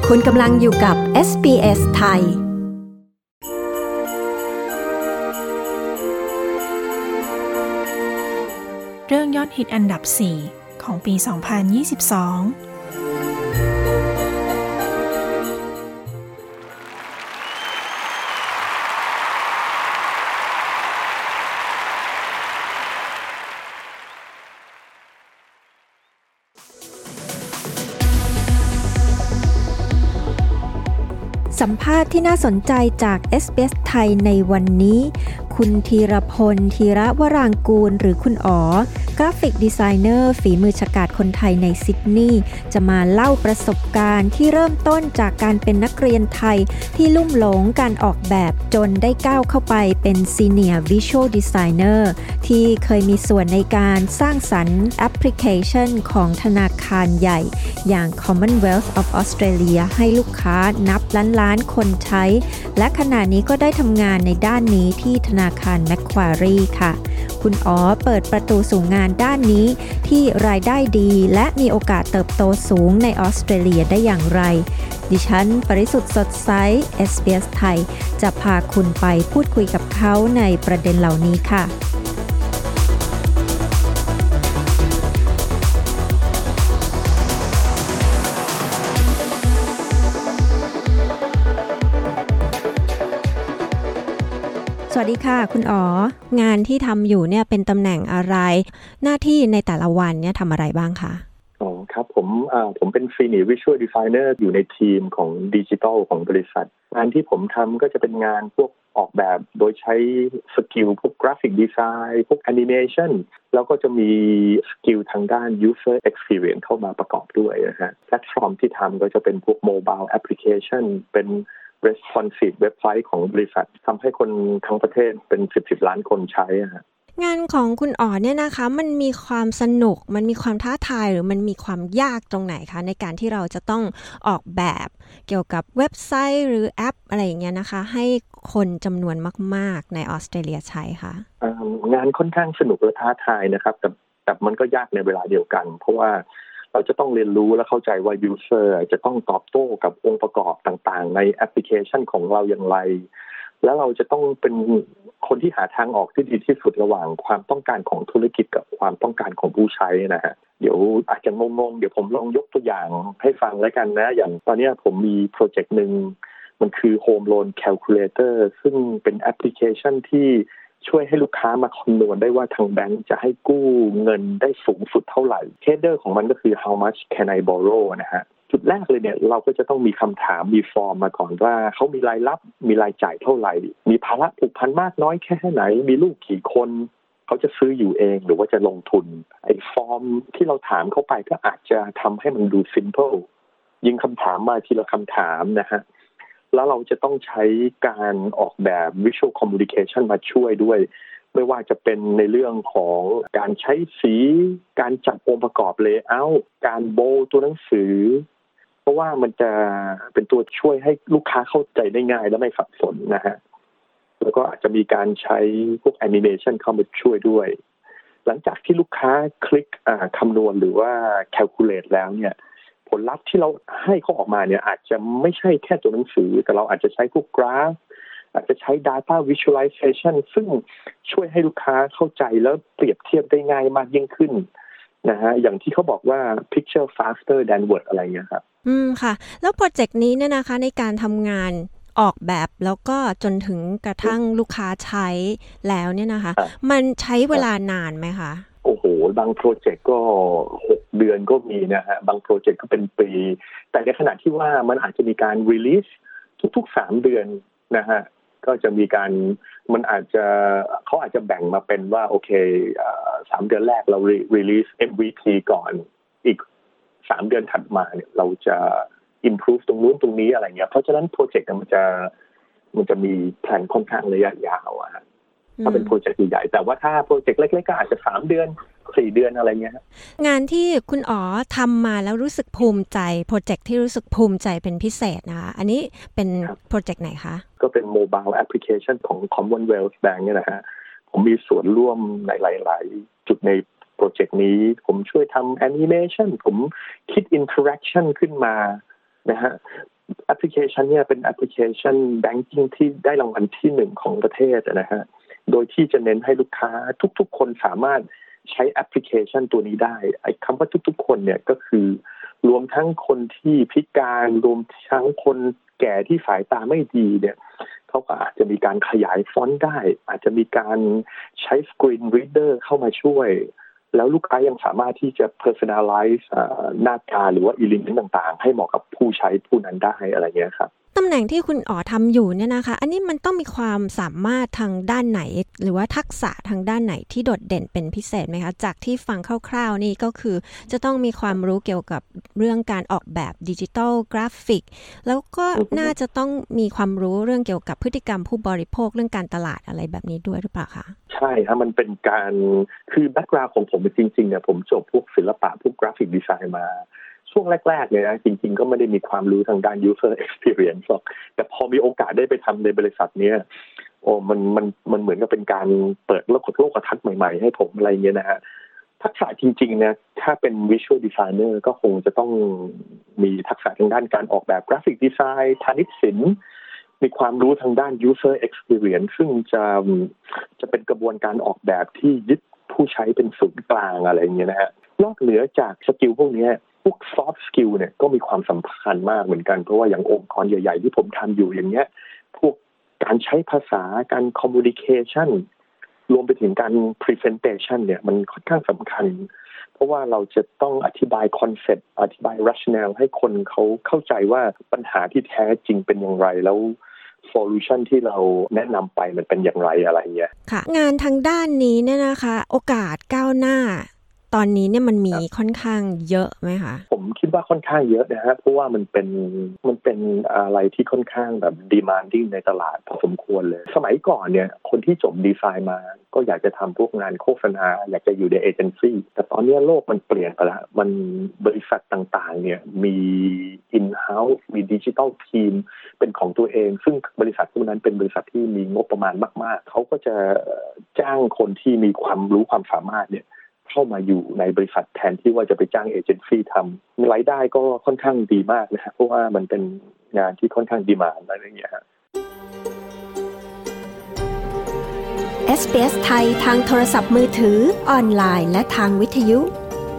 คุณกำลังอยู่กับ SBS ไทยเรื่องยอดฮิตอันดับ 4 ของปี 2022 สัมภาษณ์ที่น่าสนใจจาก SBS ไทยในวันนี้คุณธีรพล ธีระวรางกูลหรือคุณอ๋อกราฟิกดีไซเนอร์ฝีมือฉกาจคนไทยในซิดนีย์จะมาเล่าประสบการณ์ที่เริ่มต้นจากการเป็นนักเรียนไทยที่ลุ่มหลงการออกแบบจนได้ก้าวเข้าไปเป็นซีเนียร์วิชวลดีไซเนอร์ที่เคยมีส่วนในการสร้างสรรค์แอปพลิเคชันของธนาคารใหญ่อย่าง Commonwealth of Australia ให้ลูกค้านับล้านคนใช้และขณะนี้ก็ได้ทำงานในด้านนี้ที่ธนาคาร Macquarie ค่ะคุณอ๋อเปิดประตูสู่งานด้านนี้ที่รายได้ดีและมีโอกาสเติบโตสูงในออสเตรเลียได้อย่างไรดิฉันปริสุทธิ์สดใส SBS ไทยจะพาคุณไปพูดคุยกับเขาในประเด็นเหล่านี้ค่ะสวัสดีค่ะคุณอ๋องานที่ทำอยู่เนี่ยเป็นตำแหน่งอะไรหน้าที่ในแต่ละวันเนี่ยทำอะไรบ้างคะอ๋อครับผมเป็น Senior Visual Designer อยู่ในทีมของดิจิทัลของบริษัทงานที่ผมทำก็จะเป็นงานพวกออกแบบโดยใช้สกิลพวกกราฟิกดีไซน์พวกแอนิเมชันแล้วก็จะมีสกิลทางด้าน User Experience เข้ามาประกอบด้วยนะฮะแพลตฟอร์มที่ทำก็จะเป็นพวก Mobile Application เป็นresponsive เว็บไซต์ของบริษัททำให้คนทั้งประเทศเป็น10 ล้านคนใช้งานของคุณอ๋อเนี่ยนะคะมันมีความสนุกมันมีความท้าทายหรือมันมีความยากตรงไหนคะในการที่เราจะต้องออกแบบเกี่ยวกับเว็บไซต์หรือแอปอะไรอย่างเงี้ยนะคะให้คนจำนวนมากๆในออสเตรเลียใช้ค่ะงานค่อนข้างสนุกและท้าทายนะครับแต่มันก็ยากในเวลาเดียวกันเพราะว่าเราจะต้องเรียนรู้และเข้าใจว่า user จะต้องตอบโต้กับองค์ประกอบต่างๆในแอปพลิเคชันของเราอย่างไรแล้วเราจะต้องเป็นคนที่หาทางออกที่ดีที่สุดระหว่างความต้องการของธุรกิจกับความต้องการของผู้ใช้นะฮะเดี๋ยวอาจจะงงๆเดี๋ยวผมลองยกตัวอย่างให้ฟังแล้วกันนะอย่างตอนนี้ผมมีโปรเจกต์นึงมันคือ Home Loan Calculator ซึ่งเป็นแอปพลิเคชันที่ช่วยให้ลูกค้ามาคำนวณได้ว่าทางแบงก์จะให้กู้เงินได้สูงสุดเท่าไหร่เฮดเดอร์ของมันก็คือ how much can I borrow นะฮะจุดแรกเลยเนี่ยเราก็จะต้องมีคำถามมีฟอร์มมาก่อนว่าเขามีรายรับมีรายจ่ายเท่าไหร่มีภาระผูกพันมากน้อยแค่ไหนมีลูกกี่คนเขาจะซื้ออยู่เองหรือว่าจะลงทุนไอ้ฟอร์มที่เราถามเข้าไปก็อาจจะทำให้มันดู simple ยิงคำถามมาทีละคำถามนะฮะแล้วเราจะต้องใช้การออกแบบ visual communication มาช่วยด้วยไม่ว่าจะเป็นในเรื่องของการใช้สีการจัดองค์ประกอบ layout การโบว์ตัวหนังสือเพราะว่ามันจะเป็นตัวช่วยให้ลูกค้าเข้าใจได้ง่ายและไม่สับสนนะฮะแล้วก็อาจจะมีการใช้พวก animation เข้ามาช่วยด้วยหลังจากที่ลูกค้าคลิกคำนวณหรือว่า calculate แล้วเนี่ยผลลัพธ์ที่เราให้เขาออกมาเนี่ยอาจจะไม่ใช่แค่ตัวหนังสือแต่เราอาจจะใช้พวกกราฟอาจจะใช้ data visualization ซึ่งช่วยให้ลูกค้าเข้าใจแล้วเปรียบเทียบได้ง่ายมากยิ่งขึ้นนะฮะอย่างที่เขาบอกว่า picture faster than word อะไรเงี้ยครับค่ะแล้วโปรเจกต์นี้เนี่ยนะคะในการทำงานออกแบบแล้วก็จนถึงกระทั่งลูกค้าใช้แล้วเนี่ยนะคะมันใช้เวลานานไหมคะโอ้โหบางโปรเจกต์ก็6 เดือนก็มีนะฮะบางโปรเจกต์ก็เป็นปีแต่ในขณะที่ว่ามันอาจจะมีการ release ทุกๆ3 เดือนนะฮะก็จะมีการมันอาจจะเขาอาจจะแบ่งมาเป็นว่าโอเค3 เดือนแรกเรา release MVP ก่อนอีก3 เดือนถัดมาเนี่ยเราจะ improve ตรงนู้นตรงนี้อะไรเงี้ยเพราะฉะนั้นโปรเจกต์มันจะมีแผนค่อนข้างระยะยาวอะถ้าเป็นโปรเจกต์ใหญ่แต่ว่าถ้าโปรเจกต์เล็กๆก็อาจจะ3 เดือน4 เดือนอะไรเงี้ยงานที่คุณอ๋อทำมาแล้วรู้สึกภูมิใจโปรเจกต์ที่รู้สึกภูมิใจเป็นพิเศษนะคะอันนี้เป็นโปรเจกต์ไหนคะก็เป็น Mobile Application ของ Commonwealth Bank เนี่ยนะฮะผมมีส่วนร่วมในหลายๆจุดในโปรเจกต์นี้ผมช่วยทำ Animation ผมคิด Interaction ขึ้นมานะฮะแอปพลิเคชันเนี่ยเป็นแอปพลิเคชันแบงกิ้งที่ได้รางวัลที่1ของประเทศนะฮะโดยที่จะเน้นให้ลูกค้าทุกๆคนสามารถใช้แอปพลิเคชันตัวนี้ได้ไอ้คำว่าทุกๆคนเนี่ยก็คือรวมทั้งคนที่พิการรวมทั้งคนแก่ที่สายตาไม่ดีเนี่ยเขาก็อาจจะมีการขยายฟอนต์ได้อาจจะมีการใช้สกรีนรีดเดอร์เข้ามาช่วยแล้วลูกค้ายังสามารถที่จะ personalize หน้าตาหรือว่า element ต่างๆให้เหมาะกับผู้ใช้ผู้นั้นได้อะไรเงี้ยครับตำแหน่งที่คุณอ๋อทำอยู่เนี่ยนะคะอันนี้มันต้องมีความสามารถทางด้านไหนหรือว่าทักษะทางด้านไหนที่โดดเด่นเป็นพิเศษไหมคะจากที่ฟังคร่าวๆนี่ก็คือจะต้องมีความรู้เกี่ยวกับเรื่องการออกแบบดิจิทัลกราฟิกแล้วก็น่าจะต้องมีความรู้เรื่องเกี่ยวกับพฤติกรรมผู้บริโภคเรื่องการตลาดอะไรแบบนี้ด้วยหรือเปล่าคะใช่ครับมันเป็นการคือแบ็คกราวด์ของผมจริงๆเนี่ยผมจบพวกศิลปะพวกกราฟิกดีไซน์มาช่วงแรกๆเนี่ยนะจริงๆก็ไม่ได้มีความรู้ทางด้าน user experience หรอกแต่พอมีโอกาสได้ไปทำในบริษัทเนี้ยมันเหมือนกับเป็นการเปิดโลกทัศน์ใหม่ๆให้ผมอะไรเงี้ยนะฮะทักษะจริงๆนะถ้าเป็น visual designer ก็คงจะต้องมีทักษะทางด้านการออกแบบกราฟิกดีไซน์พาณิชย์ศิลป์มีความรู้ทางด้าน user experience ซึ่งจะเป็นกระบวนการออกแบบที่ยึดผู้ใช้เป็นศูนย์กลางอะไรอย่างเงี้ยนะฮะนอกเหนือจากสกิลพวกนี้พวก soft skill เนี่ยก็มีความสำคัญมากเหมือนกันเพราะว่าอย่างองค์กรใหญ่ๆที่ผมทำอยู่อย่างเงี้ยพวกการใช้ภาษาการ communication รวมไปถึงการ presentation เนี่ยมันค่อนข้างสำคัญเพราะว่าเราจะต้องอธิบายคอนเซ็ปต์อธิบาย rationale ให้คนเขาเข้าใจว่าปัญหาที่แท้จริงเป็นอย่างไรแล้วโซลูชันที่เราแนะนำไปมันเป็นอย่างไรอะไรเงี้ยค่ะงานทางด้านนี้เนี่ยนะคะโอกาสก้าวหน้าตอนนี้เนี่ยมันมีค่อนข้างเยอะไหมคะผมคิดว่าค่อนข้างเยอะนะฮะเพราะว่ามันเป็นอะไรที่ค่อนข้างแบบ demanding ในตลาดพอสมควรเลยสมัยก่อนเนี่ยคนที่จบดีไซน์มาก็อยากจะทำพวกงานโฆษณาอยากจะอยู่ในเอเจนซี่แต่ตอนนี้โลกมันเปลี่ยนไปแล้วมันบริษัทต่างๆเนี่ยมี in-house มี digital team เป็นของตัวเองซึ่งบริษัทพวกนั้นเป็นบริษัทที่มีงบประมาณมากๆเขาก็จะจ้างคนที่มีความรู้ความสามารถเนี่ยเข้ามาอยู่ในบริษัทแทนที่ว่าจะไปจ้างเอเจนซี่ทำรายได้ก็ค่อนข้างดีมากนะครับเพราะว่ามันเป็นงานที่ค่อนข้างดีมานด์อะไรอย่างเงี้ยครับ SBS ไทยทางโทรศัพท์มือถือออนไลน์และทางวิทยุ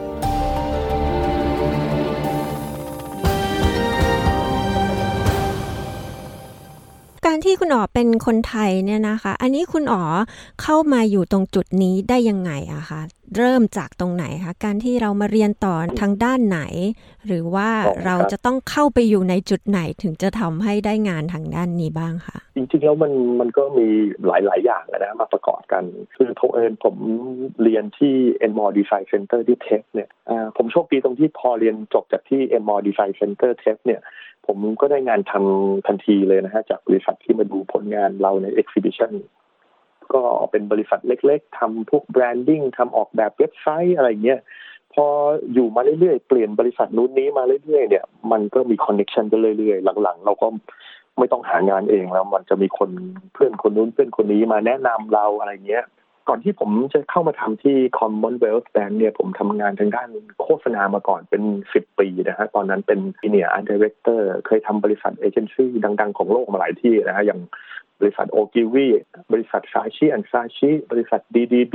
การที่คุณอ๋อเป็นคนไทยเนี่ยนะคะอันนี้คุณอ๋อเข้ามาอยู่ตรงจุดนี้ได้ยังไงอะคะเริ่มจากตรงไหนคะการที่เรามาเรียนต่อทางด้านไหนหรือว่าเราจะต้องเข้าไปอยู่ในจุดไหนถึงจะทำให้ได้งานทางด้านนี้บ้างคะจริงๆแล้วมันก็มีหลายอย่างนะมาประกอบกันคือผมเรียนที่ Enmore Design Center ที่เทคเนี่ยผมโชคดีตรงที่พอเรียนจบจากที่ Enmore Design Center เทคเนี่ยผมก็ได้งานทำทันทีเลยนะฮะจากบริษัทที่มาดูผลงานเราใน Exhibition ก็เป็นบริษัทเล็กๆทำพวกแบรนดิ้งทำออกแบบเว็บไซต์อะไรเงี้ยพออยู่มาเรื่อยๆเปลี่ยนบริษัทนู้นนี้มาเรื่อยๆเนี่ยมันก็มีคอนเนคชั่นกันเรื่อยๆหลังๆเราก็ไม่ต้องหางานเองแล้วมันจะมีคนเพื่อนคนนู้นเพื่อนคนนี้มาแนะนำเราอะไรเงี้ยก่อนที่ผมจะเข้ามาทำที่ Commonwealth Bank เนี่ยผมทำงานทางด้านโฆษณามาก่อนเป็น10 ปีนะฮะตอนนั้นเป็น Senior Art Director เคยทำบริษัทเอเจนซี่ดังๆของโลกมาหลายที่นะฮะอย่างบริษัท Ogilvy บริษัท Saatchi & Saatchi บริษัท DDB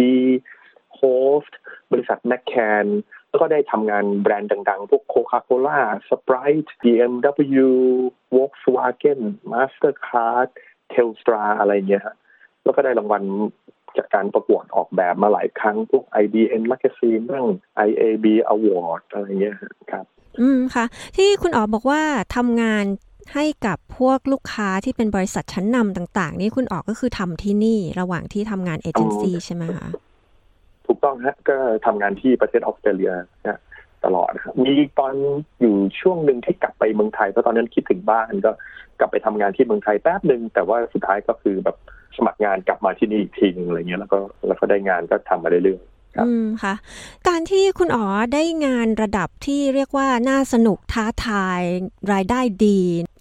Host บริษัท McCann แล้วก็ได้ทำงานแบรนด์ดังๆพวก Coca-Cola Sprite BMW Volkswagen Mastercard Telstra อะไรเงี้ยฮะแล้วก็ได้รางวัลจากการประกวดออกแบบมาหลายครั้งพวก IBM Magazine เรื่อง IAB Award อะไรเงี้ยครับค่ะที่คุณอ๋อบอกว่าทำงานให้กับพวกลูกค้าที่เป็นบริษัทชั้นนำต่างๆนี่คุณอ๋อก็คือทำที่นี่ระหว่างที่ทำงานเอเจนซี่ใช่ไหมคะถูกต้องฮะก็ทำงานที่ประเทศออสเตรเลียนะตลอดครับมีตอนอยู่ช่วงหนึ่งที่กลับไปเมืองไทยเพราะตอนนั้นคิดถึงบ้านก็กลับไปทำงานที่เมืองไทยแป๊บนึงแต่ว่าสุดท้ายก็คือแบบสมัครงานกลับมาที่นี่อีกทีนึงอะไรเงี้ยแล้วก็ได้งานก็ทำมาเรื่อยๆครับค่ะการที่คุณอ๋อได้งานระดับที่เรียกว่าน่าสนุกท้าทายรายได้ดี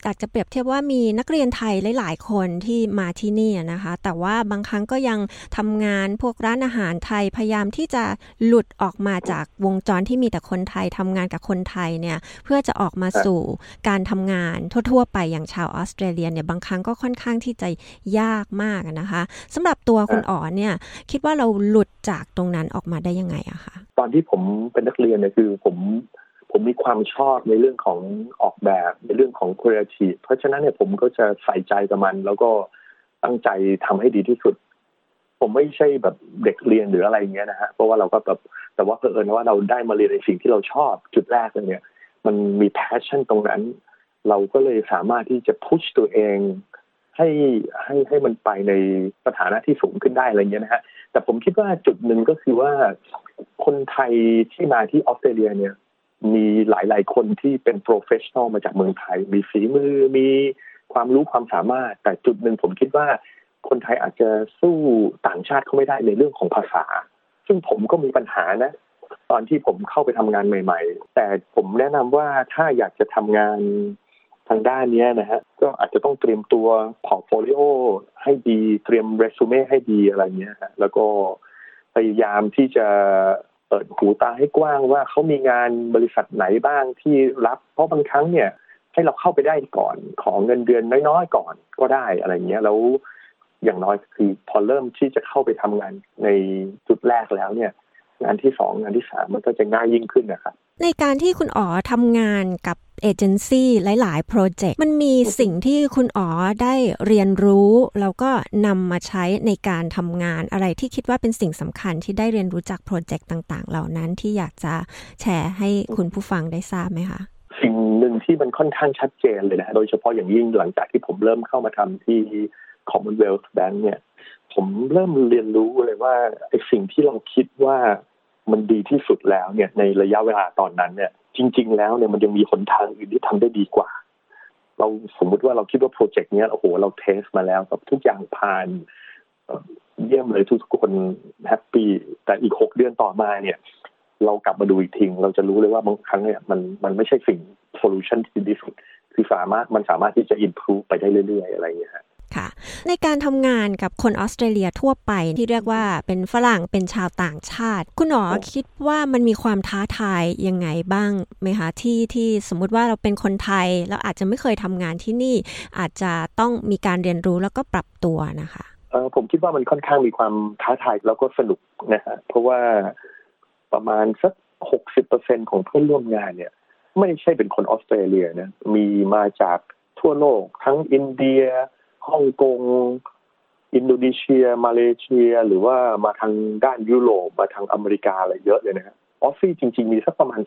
อยากจะเปรียบเทียบว่ามีนักเรียนไทยหลายๆคนที่มาที่นี่นะคะแต่ว่าบางครั้งก็ยังทำงานพวกร้านอาหารไทยพยายามที่จะหลุดออกมาจากวงจรที่มีแต่คนไทยทำงานกับคนไทยเนี่ยเพื่อจะออกมาสู่การทำงานทั่วๆไปอย่างชาวออสเตรเลียเนี่ยบางครั้งก็ค่อนข้างที่จะยากมากนะคะสำหรับตัวคุณอ๋อเนี่ยคิดว่าเราหลุดจากตรงนั้นออกมาได้ยังไงอะคะตอนที่ผมเป็นนักเรียนเนี่ยคือผมมีความชอบในเรื่องของออกแบบในเรื่องของ creative เพราะฉะนั้นเนี่ยผมก็จะใส่ใจกับมันแล้วก็ตั้งใจทำให้ดีที่สุดผมไม่ใช่แบบเด็กเรียนหรืออะไรอย่างเงี้ยนะฮะเพราะว่าเราก็แบบแต่ว่าเผอิญว่าเราได้มาเรียนในสิ่งที่เราชอบจุดแรกเลยเนี่ยมันมี passion ตรงนั้นเราก็เลยสามารถที่จะ push ตัวเองให้มันไปในสถานะที่สูงขึ้นได้อะไรเงี้ยนะฮะแต่ผมคิดว่าจุดหนึ่งก็คือว่าคนไทยที่มาที่ออสเตรเลียเนี่ยมีหลายๆคนที่เป็น professional มาจากเมืองไทยมีฝีมือมีความรู้ความสามารถแต่จุดหนึ่งผมคิดว่าคนไทยอาจจะสู้ต่างชาติเขาไม่ได้ในเรื่องของภาษาซึ่งผมก็มีปัญหานะตอนที่ผมเข้าไปทำงานใหม่ๆแต่ผมแนะนำว่าถ้าอยากจะทำงานทางด้านนี้นะฮะก็อาจจะต้องเตรียมตัวพอร์ตโฟลิโอให้ดีเตรียมเรซูเม่ให้ดีอะไรเงี้ยฮะแล้วก็พยายามที่จะเปิดหูตาให้กว้างว่าเขามีงานบริษัทไหนบ้างที่รับเพราะบางครั้งเนี่ยให้เราเข้าไปได้ก่อนขอเงินเดือนน้อยๆก่อนก็ได้อะไรเงี้ยแล้วอย่างน้อยคือพอเริ่มที่จะเข้าไปทำงานในจุดแรกแล้วเนี่ยงานที่2งานที่3มันก็จะง่ายยิ่งขึ้นนะครับในการที่คุณอ๋อทำงานกับเอเจนซี่หลายๆโปรเจกต์มันมีสิ่งที่คุณอ๋อได้เรียนรู้แล้วก็นำมาใช้ในการทำงานอะไรที่คิดว่าเป็นสิ่งสำคัญที่ได้เรียนรู้จากโปรเจกต์ต่างๆเหล่านั้นที่อยากจะแชร์ให้คุณผู้ฟังได้ทราบไหมคะสิ่งหนึ่งที่มันค่อนข้างชัดเจนเลยนะโดยเฉพาะอย่างยิ่งหลังจากที่ผมเริ่มเข้ามาทำที่ Commonwealth Bank เนี่ยผมเริ่มเรียนรู้เลยว่าไอ้สิ่งที่เราคิดว่ามันดีที่สุดแล้วเนี่ยในระยะเวลาตอนนั้นเนี่ยจริงๆแล้วเนี่ยมันยังมีหนทางอื่นที่ทำได้ดีกว่าเราสมมุติว่าเราคิดว่าโปรเจกต์นี้โอ้โหเราเทสมาแล้วกับทุกอย่างผ่านเยี่ยมเลยทุกคนแฮปปี้แต่อีก6เดือนต่อมาเนี่ยเรากลับมาดูอีกทีเราจะรู้เลยว่าบางครั้งเนี่ยมันไม่ใช่สิ่งโซลูชันที่ดีที่สุดคือมันสามารถที่จะ improve ไปได้เรื่อยๆอะไรอย่างเงี้ยค่ะในการทำงานกับคนออสเตรเลียทั่วไปที่เรียกว่าเป็นฝรั่งเป็นชาวต่างชาติคุณหมอคิดว่ามันมีความท้าทายยังไงบ้างไหมคะที่สมมุติว่าเราเป็นคนไทยแล้วอาจจะไม่เคยทำงานที่นี่อาจจะต้องมีการเรียนรู้แล้วก็ปรับตัวนะคะผมคิดว่ามันค่อนข้างมีความท้าทายแล้วก็สนุกนะฮะเพราะว่าประมาณสัก 60% ของเพื่อนร่วมงานเนี่ยไม่ใช่เป็นคนออสเตรเลียนะมีมาจากทั่วโลกทั้งอินเดียฮ่องกงอินโดนีเซียมาเลเซียหรือว่ามาทางด้านยุโรปมาทางอเมริกาอะไรเยอะเลยนะฮะออสซี่จริงๆมีสักประมาณ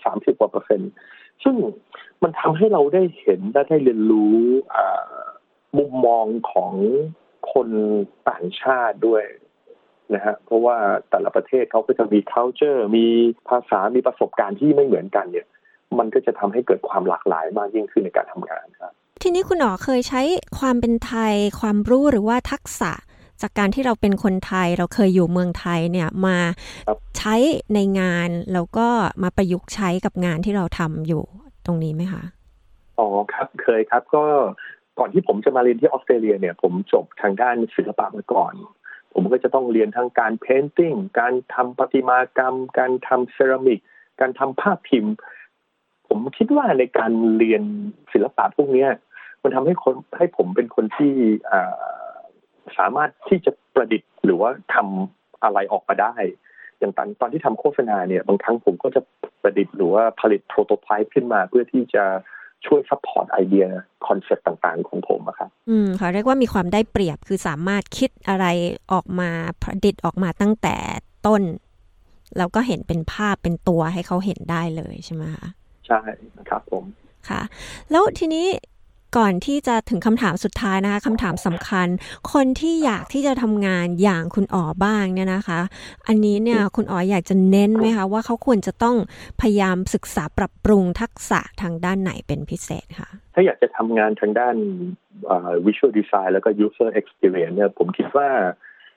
30% ซึ่งมันทำให้เราได้เห็นและได้เรียนรู้มุมมองของคนต่างชาติด้วยนะฮะเพราะว่าแต่ละประเทศเขาก็จะมี culture มีภาษามีประสบการณ์ที่ไม่เหมือนกันเนี่ยมันก็จะทำให้เกิดความหลากหลายมากยิ่งขึ้นในการทำงานครับทีนี้คุณหมอเคยใช้ความเป็นไทยความรู้หรือว่าทักษะจากการที่เราเป็นคนไทยเราเคยอยู่เมืองไทยเนี่ยมาใช้ในงานแล้วก็มาประยุกต์ใช้กับงานที่เราทำอยู่ตรงนี้ไหมคะอ๋อครับเคยครับก็ก่อนที่ผมจะมาเรียนที่ออสเตรเลียเนี่ยผมจบทางด้านศิลปะมาก่อนผมก็จะต้องเรียนทั้งการเพนติ้งการทำประติมากรรมการทำเซรามิกการทำภาพพิมพ์ผมคิดว่าในการเรียนศิลปะพวกนี้มันทำให้ผมเป็นคนที่สามารถที่จะประดิษฐ์หรือว่าทำอะไรออกมาได้อย่างตอนที่ทำโฆษณาเนี่ยบางครั้งผมก็จะประดิษฐ์หรือว่าผลิตโปรโตไทป์ขึ้นมาเพื่อที่จะช่วยซัพพอร์ตไอเดียคอนเซ็ปต์ต่างๆของผมครับเขาเรียกว่ามีความได้เปรียบคือสามารถคิดอะไรออกมาประดิษฐ์ออกมาตั้งแต่ต้นแล้วก็เห็นเป็นภาพเป็นตัวให้เขาเห็นได้เลยใช่ไหมคะใช่ครับผมค่ะแล้วทีนี้ก่อนที่จะถึงคำถามสุดท้ายนะคะคำถามสำคัญคนที่อยากที่จะทำงานอย่างคุณอ๋อบ้างเนี่ยนะคะอันนี้เนี่ยคุณอ๋ออยากจะเน้นไหมคะว่าเขาควรจะต้องพยายามศึกษาปรับปรุงทักษะทางด้านไหนเป็นพิเศษคะถ้าอยากจะทำงานทางด้านvisual design แล้วก็ user experience เนี่ยผมคิดว่า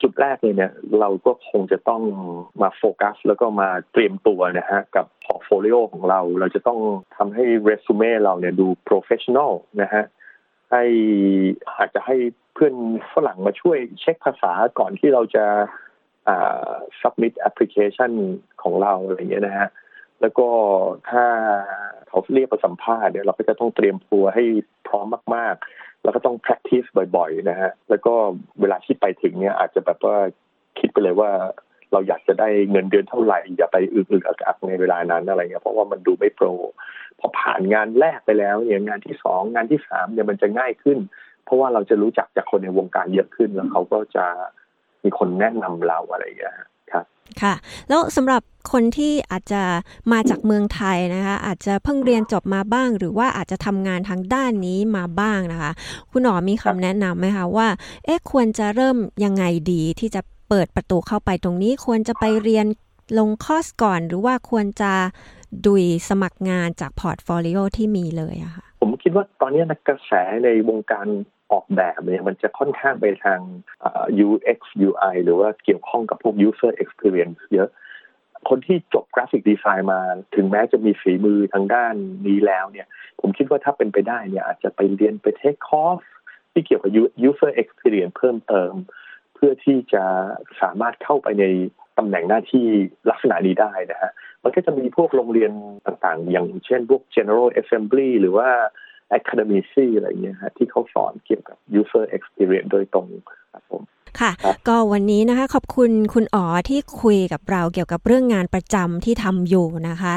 จุดแรกเลยเนี่ยเราก็คงจะต้องมาโฟกัสแล้วก็มาเตรียมตัวนะฮะกับพอร์ตโฟลิโอของเราจะต้องทำให้เรซูเม่เราเนี่ยดูโปรเฟชชั่นอลนะฮะอาจจะให้เพื่อนฝรั่งมาช่วยเช็คภาษาก่อนที่เราจะsubmit application ของเราอะไรอย่างเงี้ยนะฮะแล้วก็ถ้าเขาเรียกไปสัมภาษณ์เนี่ยเราก็จะต้องเตรียมตัวให้พร้อมมากๆแล้วก็ต้อง practice บ่อยๆนะฮะแล้วก็เวลาที่ไปถึงเนี่ยอาจจะแบบว่าคิดไปเลยว่าเราอยากจะได้เงินเดือนเท่าไหร่อย่าไปอึกๆอักๆในเวลานั้นอะไรเงี้ยเพราะว่ามันดูไม่โปรพอผ่านงานแรกไปแล้วเนี่ยงานที่2งานที่3เนี่ยมันจะง่ายขึ้นเพราะว่าเราจะรู้จักจากคนในวงการเยอะขึ้นแล้วเขาก็จะมีคนแนะนำเราอะไรอย่างเงี้ยครับค่ะแล้วสำหรับคนที่อาจจะมาจากเมืองไทยนะคะอาจจะเพิ่งเรียนจบมาบ้างหรือว่าอาจจะทำงานทางด้านนี้มาบ้างนะคะคุณหมอมีคำแนะนำไหมคะว่าควรจะเริ่มยังไงดีที่จะเปิดประตูเข้าไปตรงนี้ควรจะไปเรียนลงคอร์สก่อนหรือว่าควรจะดุยสมัครงานจากพอร์ตโฟลิโอที่มีเลยอะค่ะผมคิดว่าตอนนี้กระแสในวงการออกแบบเนี่ยมันจะค่อนข้างไปทางUX UI หรือว่าเกี่ยวข้องกับพวก user experience เยอะคนที่จบกราฟิกดีไซน์มาถึงแม้จะมีฝีมือทางด้านนี้แล้วเนี่ยผมคิดว่าถ้าเป็นไปได้เนี่ยอาจจะไปเรียนไปเทคคอร์สที่เกี่ยวกับ user experience เพิ่มเติมเพื่อที่จะสามารถเข้าไปในตำแหน่งหน้าที่ลักษณะนี้ได้นะฮะมันก็จะมีพวกโรงเรียนต่างๆอย่างเช่นพวก General Assembly หรือว่า Academy อะไรอย่างเงี้ยฮะที่เขาสอนเกี่ยวกับ user experience โดยตรงครับผมค่ะก็วันนี้นะคะขอบคุณคุณอ๋อที่คุยกับเราเกี่ยวกับเรื่องงานประจำที่ทำอยู่นะคะ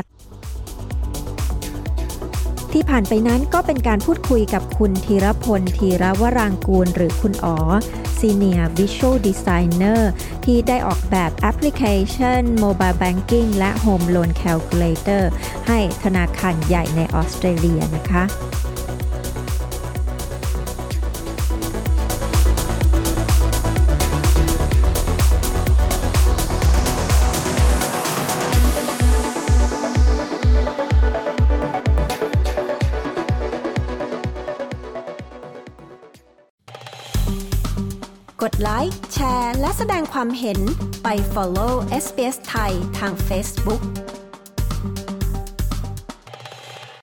ที่ผ่านไปนั้นก็เป็นการพูดคุยกับคุณธีรพลธีรวรางกูลหรือคุณอ๋อ Senior Visual Designer ที่ได้ออกแบบแอปพลิเคชัน Mobile Banking และ Home Loan Calculator ให้ธนาคารใหญ่ในออสเตรเลียนะคะกดไลค์แชร์และแสดงความเห็นไป follow SBS ไทยทาง Facebook